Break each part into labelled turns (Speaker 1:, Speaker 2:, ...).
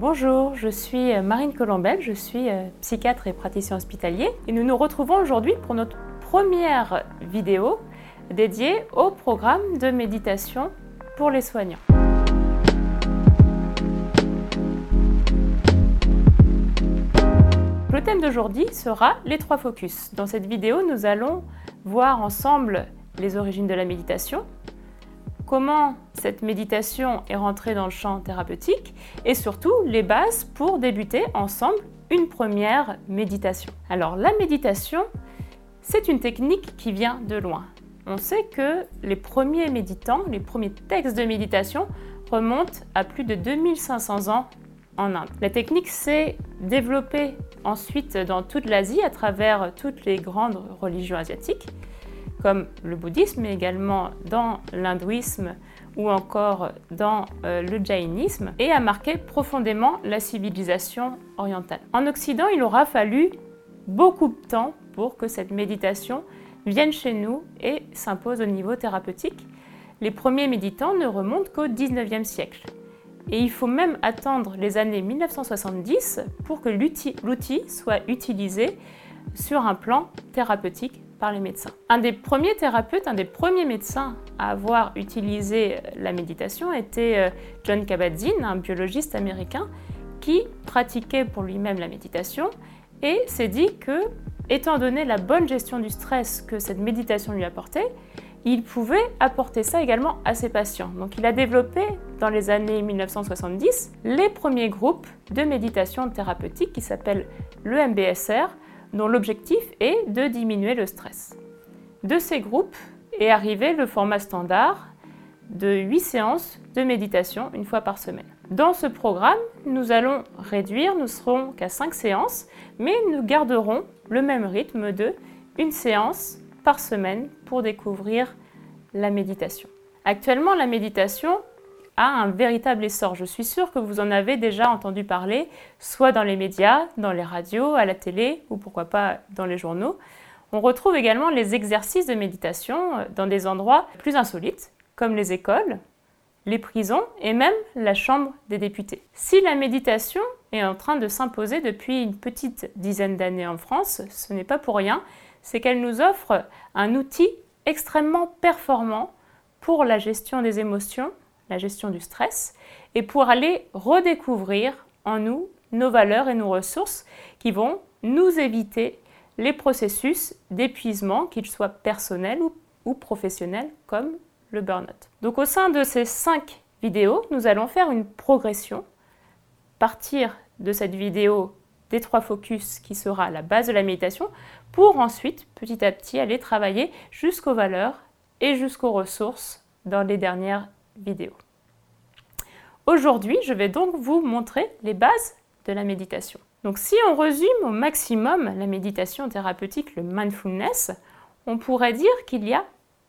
Speaker 1: Bonjour, je suis Marine Colombel, je suis psychiatre et praticien hospitalier et nous nous retrouvons aujourd'hui pour notre première vidéo dédiée au programme de méditation pour les soignants. Le thème d'aujourd'hui sera les 3 focus. Dans cette vidéo, nous allons voir ensemble les origines de la méditation, comment cette méditation est rentrée dans le champ thérapeutique et surtout les bases pour débuter ensemble une première méditation. Alors la méditation, c'est une technique qui vient de loin. On sait que les premiers méditants, les premiers textes de méditation remontent à plus de 2500 ans en Inde. La technique s'est développée ensuite dans toute l'Asie à travers toutes les grandes religions asiatiques, comme le bouddhisme, mais également dans l'hindouisme ou encore dans le jaïnisme, et a marqué profondément la civilisation orientale. En Occident, il aura fallu beaucoup de temps pour que cette méditation vienne chez nous et s'impose au niveau thérapeutique. Les premiers méditants ne remontent qu'au XIXe siècle. Et il faut même attendre les années 1970 pour que l'outil soit utilisé sur un plan thérapeutique par les médecins. Un des premiers thérapeutes, un des premiers médecins à avoir utilisé la méditation était Jon Kabat-Zinn, un biologiste américain qui pratiquait pour lui-même la méditation et s'est dit que, étant donné la bonne gestion du stress que cette méditation lui apportait, il pouvait apporter ça également à ses patients. Donc il a développé dans les années 1970 les premiers groupes de méditation thérapeutique qui s'appellent le MBSR, dont l'objectif est de diminuer le stress. De ces groupes est arrivé le format standard de 8 séances de méditation une fois par semaine. Dans ce programme, nous allons réduire, nous serons qu'à 5 séances, mais nous garderons le même rythme de 1 séance par semaine pour découvrir la méditation. Actuellement, la méditation a un véritable essor. Je suis sûre que vous en avez déjà entendu parler, soit dans les médias, dans les radios, à la télé ou pourquoi pas dans les journaux. On retrouve également les exercices de méditation dans des endroits plus insolites, comme les écoles, les prisons et même la Chambre des députés. Si la méditation est en train de s'imposer depuis une petite dizaine d'années en France, ce n'est pas pour rien, c'est qu'elle nous offre un outil extrêmement performant pour la gestion des émotions, la gestion du stress, et pour aller redécouvrir en nous nos valeurs et nos ressources qui vont nous éviter les processus d'épuisement, qu'ils soient personnels ou professionnels, comme le burn-out. Donc au sein de ces 5 vidéos, nous allons faire une progression, partir de cette vidéo des 3 focus qui sera la base de la méditation, pour ensuite, petit à petit, aller travailler jusqu'aux valeurs et jusqu'aux ressources dans les dernières vidéos. Aujourd'hui, je vais donc vous montrer les bases de la méditation. Donc si on résume au maximum la méditation thérapeutique, le mindfulness, on pourrait dire qu'il y a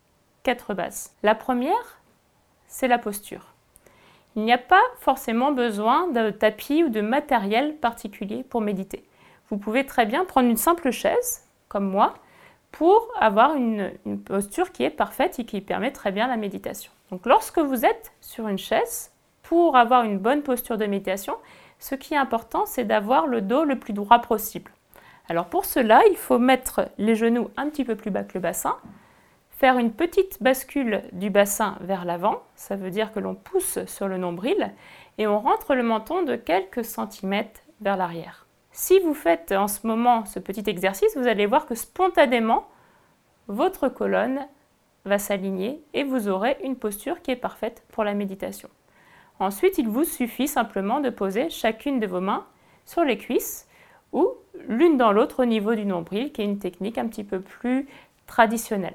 Speaker 1: 4 bases. La première, c'est la posture. Il n'y a pas forcément besoin de tapis ou de matériel particulier pour méditer. Vous pouvez très bien prendre une simple chaise, comme moi, pour avoir une posture qui est parfaite et qui permet très bien la méditation. Donc lorsque vous êtes sur une chaise, pour avoir une bonne posture de méditation, ce qui est important, c'est d'avoir le dos le plus droit possible. Alors pour cela, il faut mettre les genoux un petit peu plus bas que le bassin, faire une petite bascule du bassin vers l'avant, ça veut dire que l'on pousse sur le nombril et on rentre le menton de quelques centimètres vers l'arrière. Si vous faites en ce moment ce petit exercice, vous allez voir que spontanément, votre colonne va s'aligner et vous aurez une posture qui est parfaite pour la méditation. Ensuite, il vous suffit simplement de poser chacune de vos mains sur les cuisses ou l'une dans l'autre au niveau du nombril, qui est une technique un petit peu plus traditionnelle.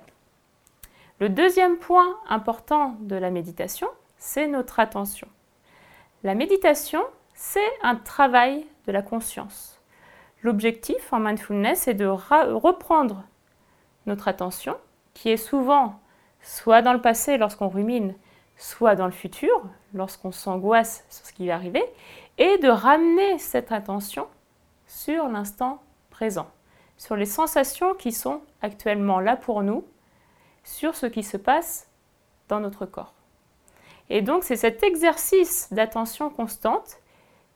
Speaker 1: Le deuxième point important de la méditation, c'est notre attention. La méditation, c'est un travail de la conscience. L'objectif en mindfulness est de reprendre notre attention, qui est souvent soit dans le passé lorsqu'on rumine, soit dans le futur, lorsqu'on s'angoisse sur ce qui va arriver, et de ramener cette attention sur l'instant présent, sur les sensations qui sont actuellement là pour nous, sur ce qui se passe dans notre corps. Et donc c'est cet exercice d'attention constante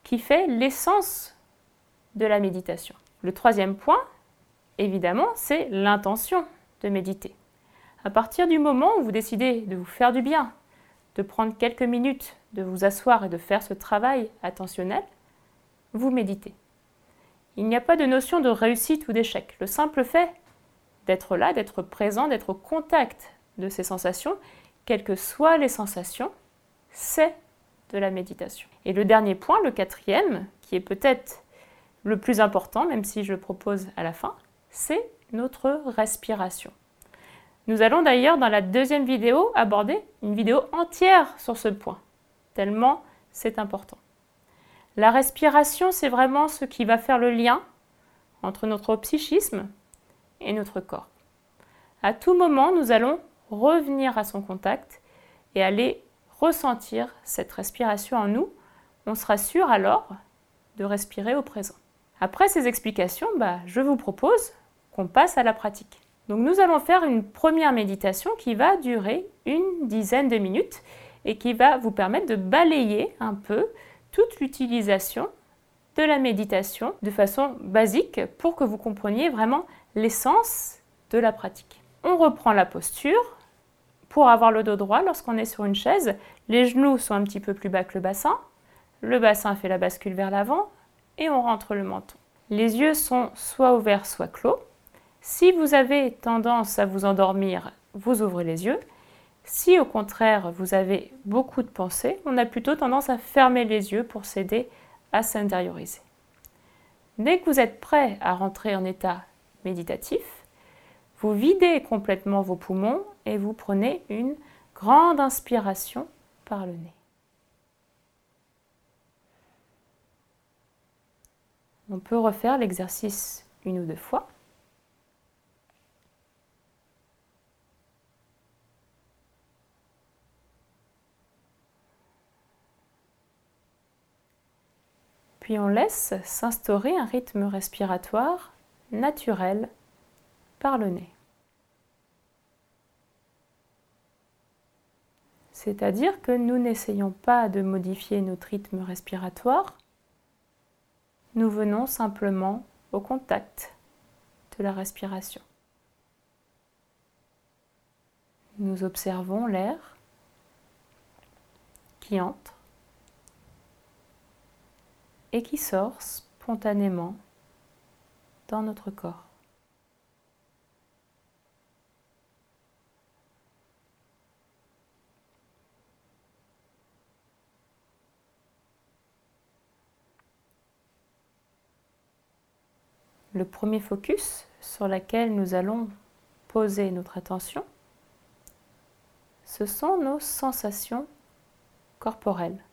Speaker 1: qui fait l'essence de la méditation. Le troisième point, évidemment, c'est l'intention de méditer. À partir du moment où vous décidez de vous faire du bien, de prendre quelques minutes, de vous asseoir et de faire ce travail attentionnel, vous méditez. Il n'y a pas de notion de réussite ou d'échec. Le simple fait d'être là, d'être présent, d'être au contact de ces sensations, quelles que soient les sensations, c'est de la méditation. Et le dernier point, le quatrième, qui est peut-être le plus important, même si je le propose à la fin, c'est notre respiration. Nous allons d'ailleurs dans la deuxième vidéo aborder une vidéo entière sur ce point, tellement c'est important. La respiration, c'est vraiment ce qui va faire le lien entre notre psychisme et notre corps. À tout moment, nous allons revenir à son contact et aller ressentir cette respiration en nous. On sera sûr alors de respirer au présent. Après ces explications, je vous propose qu'on passe à la pratique. Donc nous allons faire une première méditation qui va durer une dizaine de minutes et qui va vous permettre de balayer un peu toute l'utilisation de la méditation de façon basique pour que vous compreniez vraiment l'essence de la pratique. On reprend la posture pour avoir le dos droit lorsqu'on est sur une chaise. Les genoux sont un petit peu plus bas que le bassin fait la bascule vers l'avant et on rentre le menton. Les yeux sont soit ouverts, soit clos. Si vous avez tendance à vous endormir, vous ouvrez les yeux. Si au contraire vous avez beaucoup de pensées, on a plutôt tendance à fermer les yeux pour s'aider à s'intérioriser. Dès que vous êtes prêt à rentrer en état méditatif, vous videz complètement vos poumons et vous prenez une grande inspiration par le nez. On peut refaire l'exercice une ou deux fois. Puis on laisse s'instaurer un rythme respiratoire naturel par le nez. C'est-à-dire que nous n'essayons pas de modifier notre rythme respiratoire, nous venons simplement au contact de la respiration. Nous observons l'air qui entre et qui sort spontanément dans notre corps. Le premier focus sur lequel nous allons poser notre attention, ce sont nos sensations corporelles.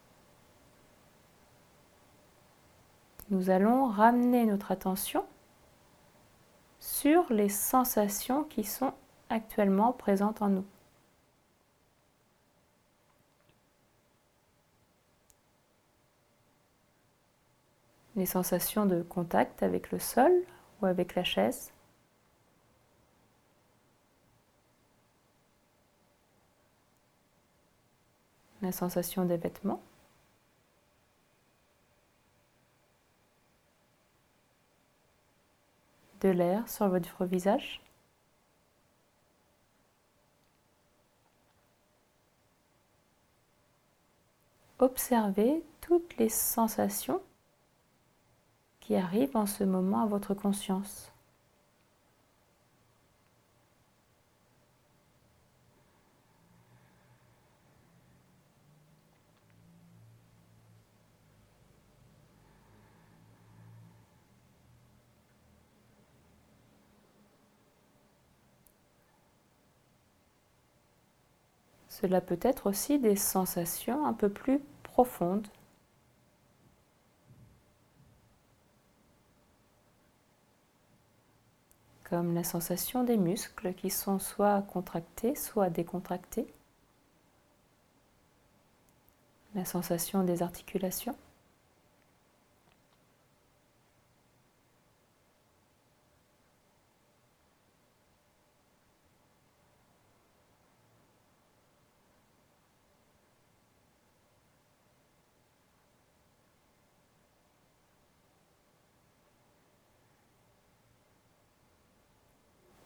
Speaker 1: Nous allons ramener notre attention sur les sensations qui sont actuellement présentes en nous. Les sensations de contact avec le sol ou avec la chaise. La sensation des vêtements. De l'air sur votre visage. Observez toutes les sensations qui arrivent en ce moment à votre conscience. Cela peut être aussi des sensations un peu plus profondes. Comme la sensation des muscles qui sont soit contractés, soit décontractés. La sensation des articulations.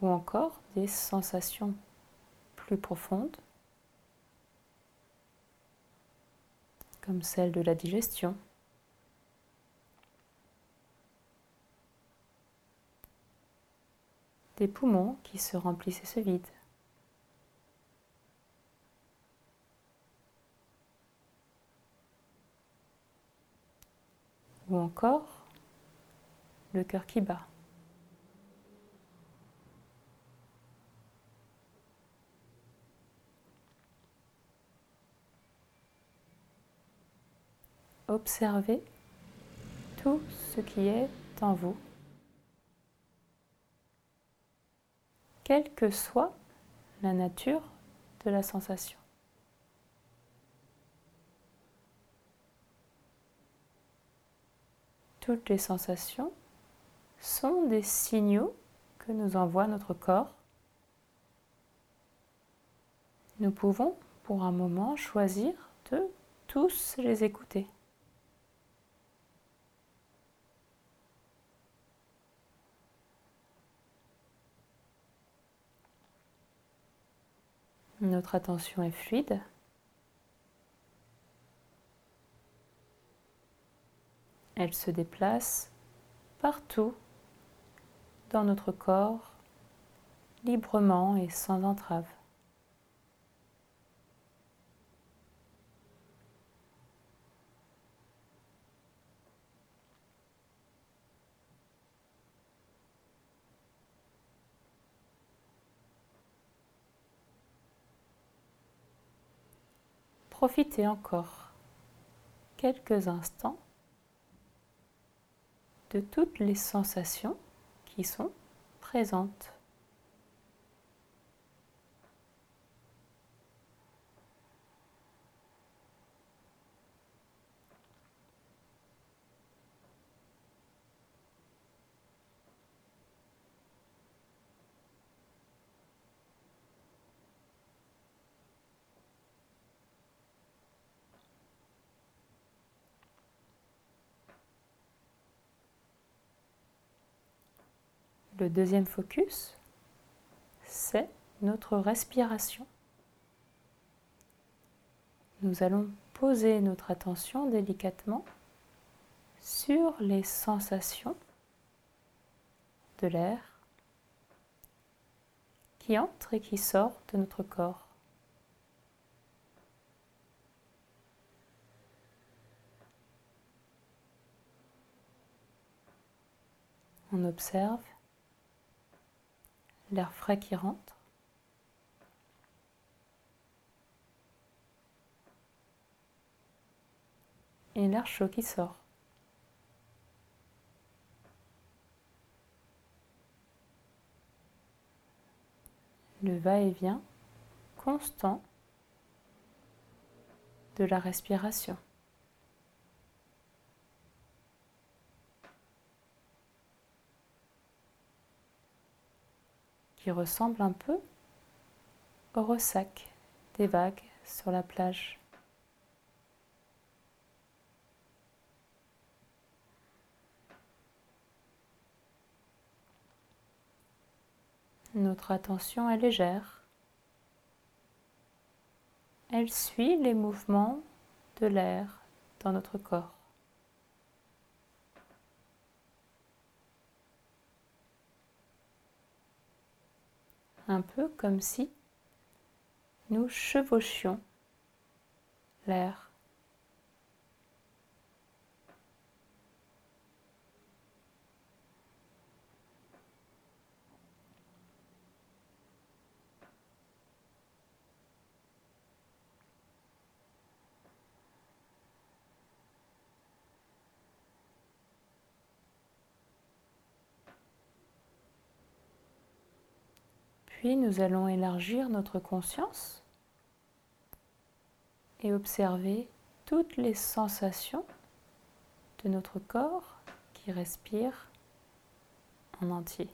Speaker 1: ou encore des sensations plus profondes, comme celle de la digestion, des poumons qui se remplissent et se vident, ou encore le cœur qui bat. Observez tout ce qui est en vous, quelle que soit la nature de la sensation. Toutes les sensations sont des signaux que nous envoie notre corps. Nous pouvons, pour un moment, choisir de tous les écouter. Notre attention est fluide. Elle se déplace partout dans notre corps, librement et sans entrave. Profitez encore quelques instants de toutes les sensations qui sont présentes. Le deuxième focus, c'est notre respiration. Nous allons poser notre attention délicatement sur les sensations de l'air qui entre et qui sort de notre corps. On observe l'air frais qui rentre et l'air chaud qui sort. Le va-et-vient constant de la respiration. Qui ressemble un peu au ressac des vagues sur la plage. Notre attention est légère. Elle suit les mouvements de l'air dans notre corps. Un peu comme si nous chevauchions l'air. Puis nous allons élargir notre conscience et observer toutes les sensations de notre corps qui respire en entier.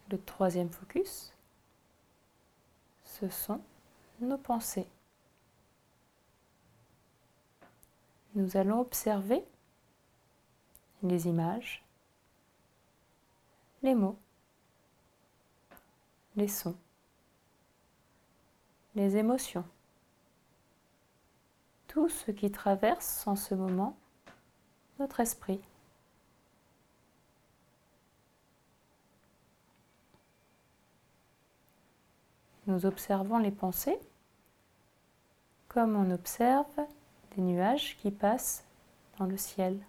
Speaker 1: Le troisième focus, ce sont nos pensées. Nous allons observer les images, les mots, les sons, les émotions, tout ce qui traverse en ce moment notre esprit. Nous observons les pensées comme on observe des nuages qui passent dans le ciel.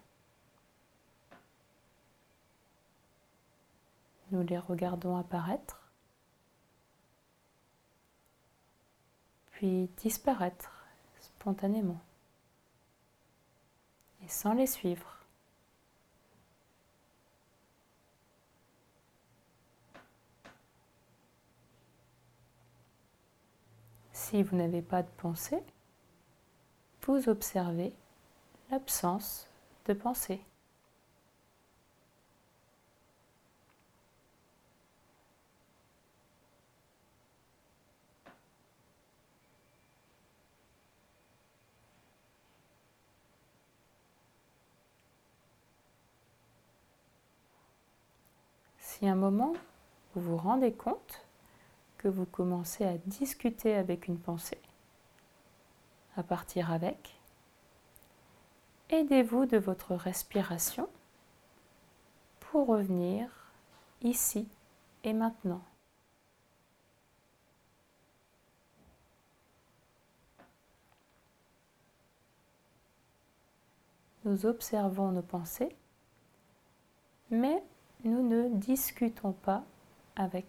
Speaker 1: Nous les regardons apparaître, puis disparaître spontanément et sans les suivre. Si vous n'avez pas de pensée, vous observez l'absence de pensée. Si à un moment vous vous rendez compte que vous commencez à discuter avec une pensée, à partir avec, aidez-vous de votre respiration pour revenir ici et maintenant. Nous observons nos pensées, mais nous ne discutons pas avec.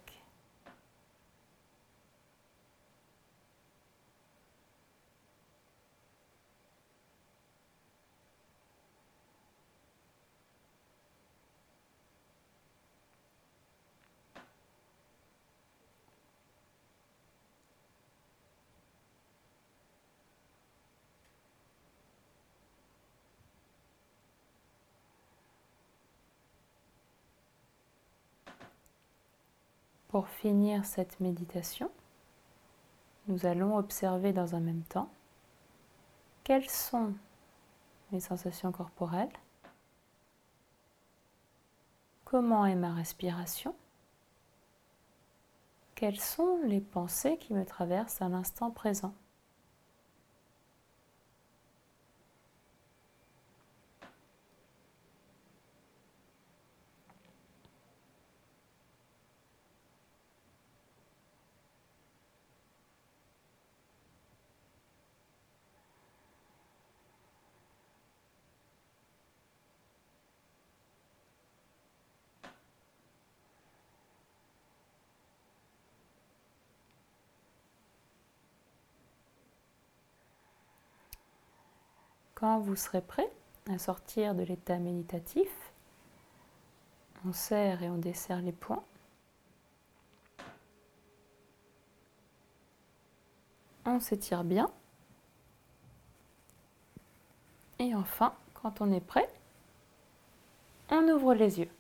Speaker 1: Pour finir cette méditation, nous allons observer dans un même temps quelles sont mes sensations corporelles, comment est ma respiration, quelles sont les pensées qui me traversent à l'instant présent. Quand vous serez prêt à sortir de l'état méditatif, on serre et on desserre les poings. On s'étire bien. Et enfin, quand on est prêt, on ouvre les yeux.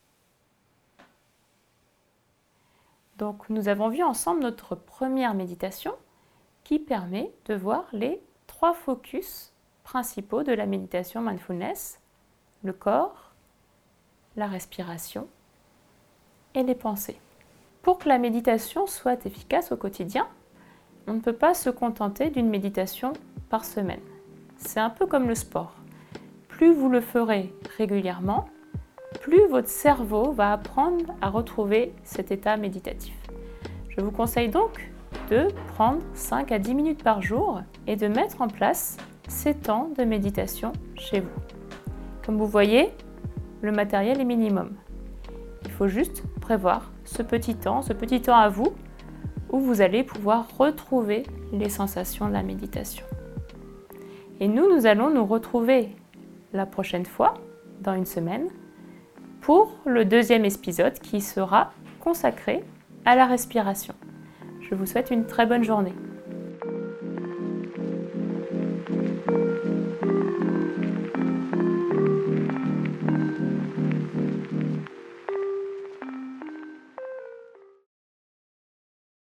Speaker 1: Donc, nous avons vu ensemble notre première méditation qui permet de voir les 3 focus principaux de la méditation mindfulness, le corps, la respiration et les pensées. Pour que la méditation soit efficace au quotidien, on ne peut pas se contenter d'une méditation par semaine. C'est un peu comme le sport. Plus vous le ferez régulièrement, plus votre cerveau va apprendre à retrouver cet état méditatif. Je vous conseille donc de prendre 5 à 10 minutes par jour et de mettre en place ces temps de méditation chez vous. Comme vous voyez, le matériel est minimum. Il faut juste prévoir ce petit temps à vous, où vous allez pouvoir retrouver les sensations de la méditation. Et nous allons nous retrouver la prochaine fois, dans une semaine, pour le 2e épisode qui sera consacré à la respiration. Je vous souhaite une très bonne journée.